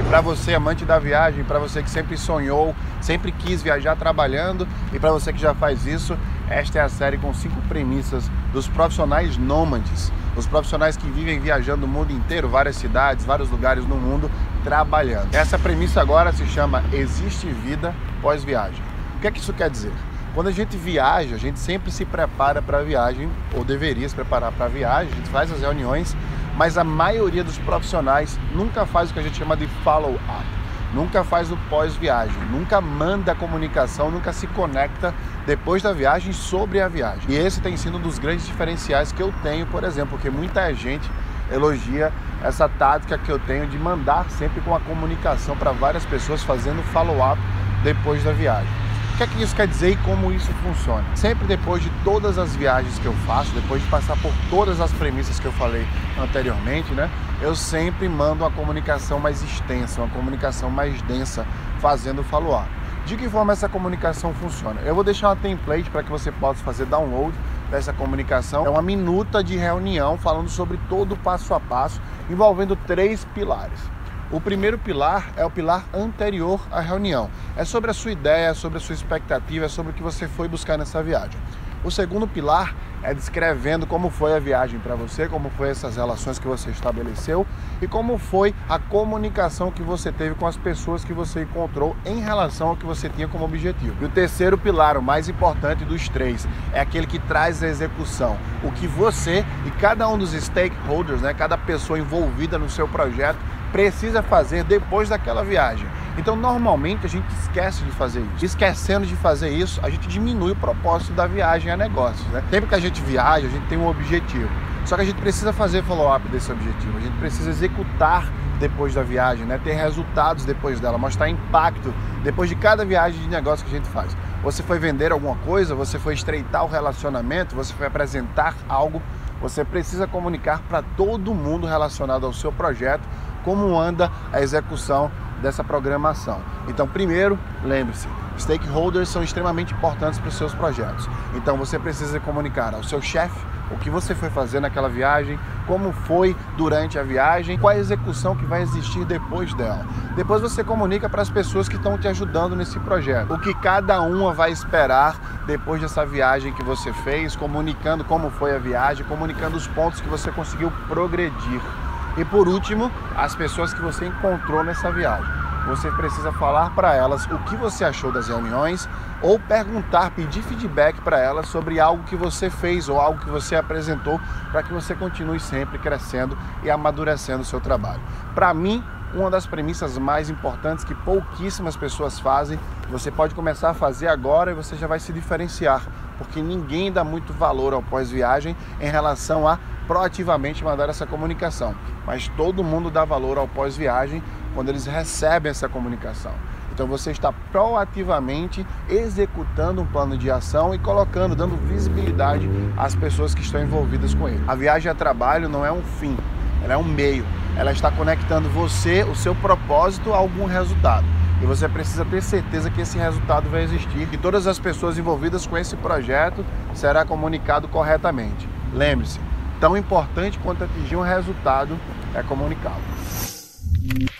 Para você, amante da viagem, para você que sempre sonhou, sempre quis viajar trabalhando e para você que já faz isso, esta é a série com 5 premissas dos profissionais nômades, os profissionais que vivem viajando o mundo inteiro, várias cidades, vários lugares no mundo, trabalhando. Essa premissa agora se chama Existe Vida Pós-Viagem. O que é que isso quer dizer? Quando a gente viaja, a gente sempre se prepara para a viagem, ou deveria se preparar para a viagem, a gente faz as reuniões, mas a maioria dos profissionais nunca faz o que a gente chama de follow-up, nunca faz o pós-viagem, nunca manda a comunicação, nunca se conecta depois da viagem sobre a viagem. E esse tem sido um dos grandes diferenciais que eu tenho, por exemplo, porque muita gente elogia essa tática que eu tenho de mandar sempre com a comunicação para várias pessoas fazendo follow-up depois da viagem. O que é que isso quer dizer e como isso funciona? Sempre depois de todas as viagens que eu faço, depois de passar por todas as premissas que eu falei anteriormente, né? Eu sempre mando uma comunicação mais extensa, uma comunicação mais densa, fazendo follow-up. De que forma essa comunicação funciona? Eu vou deixar uma template para que você possa fazer download dessa comunicação. É uma minuta de reunião falando sobre todo o passo a passo, envolvendo 3 pilares. O primeiro pilar é o pilar anterior à reunião. É sobre a sua ideia, sobre a sua expectativa, é sobre o que você foi buscar nessa viagem. O segundo pilar é descrevendo como foi a viagem para você, como foi essas relações que você estabeleceu e como foi a comunicação que você teve com as pessoas que você encontrou em relação ao que você tinha como objetivo. E o terceiro pilar, o mais importante dos 3, é aquele que traz a execução. O que você e cada um dos stakeholders, né, cada pessoa envolvida no seu projeto, precisa fazer depois daquela viagem. Então, normalmente, a gente esquece de fazer isso. Esquecendo de fazer isso, a gente diminui o propósito da viagem a negócios, né? Sempre que a gente viaja, a gente tem um objetivo. Só que a gente precisa fazer follow-up desse objetivo. A gente precisa executar depois da viagem, né? Ter resultados depois dela, mostrar impacto depois de cada viagem de negócio que a gente faz. Você foi vender alguma coisa, você foi estreitar o relacionamento, você foi apresentar algo, você precisa comunicar para todo mundo relacionado ao seu projeto como anda a execução dessa programação. Então, primeiro, lembre-se, stakeholders são extremamente importantes para os seus projetos. Então, você precisa comunicar ao seu chefe o que você foi fazer naquela viagem, como foi durante a viagem, qual a execução que vai existir depois dela. Depois você comunica para as pessoas que estão te ajudando nesse projeto, o que cada uma vai esperar depois dessa viagem que você fez, comunicando como foi a viagem, comunicando os pontos que você conseguiu progredir. E por último, as pessoas que você encontrou nessa viagem. Você precisa falar para elas o que você achou das reuniões ou perguntar, pedir feedback para elas sobre algo que você fez ou algo que você apresentou para que você continue sempre crescendo e amadurecendo o seu trabalho. Para mim, uma das premissas mais importantes que pouquíssimas pessoas fazem, você pode começar a fazer agora e você já vai se diferenciar, porque ninguém dá muito valor ao pós-viagem em relação a proativamente mandar essa comunicação, mas todo mundo dá valor ao pós-viagem quando eles recebem essa comunicação. Então você está proativamente executando um plano de ação e colocando, dando visibilidade às pessoas que estão envolvidas com ele. A viagem a trabalho não é um fim, ela é um meio. Ela está conectando você, o seu propósito, a algum resultado. E você precisa ter certeza que esse resultado vai existir, que todas as pessoas envolvidas com esse projeto será comunicado corretamente. Lembre-se, tão importante quanto atingir um resultado é comunicá-lo.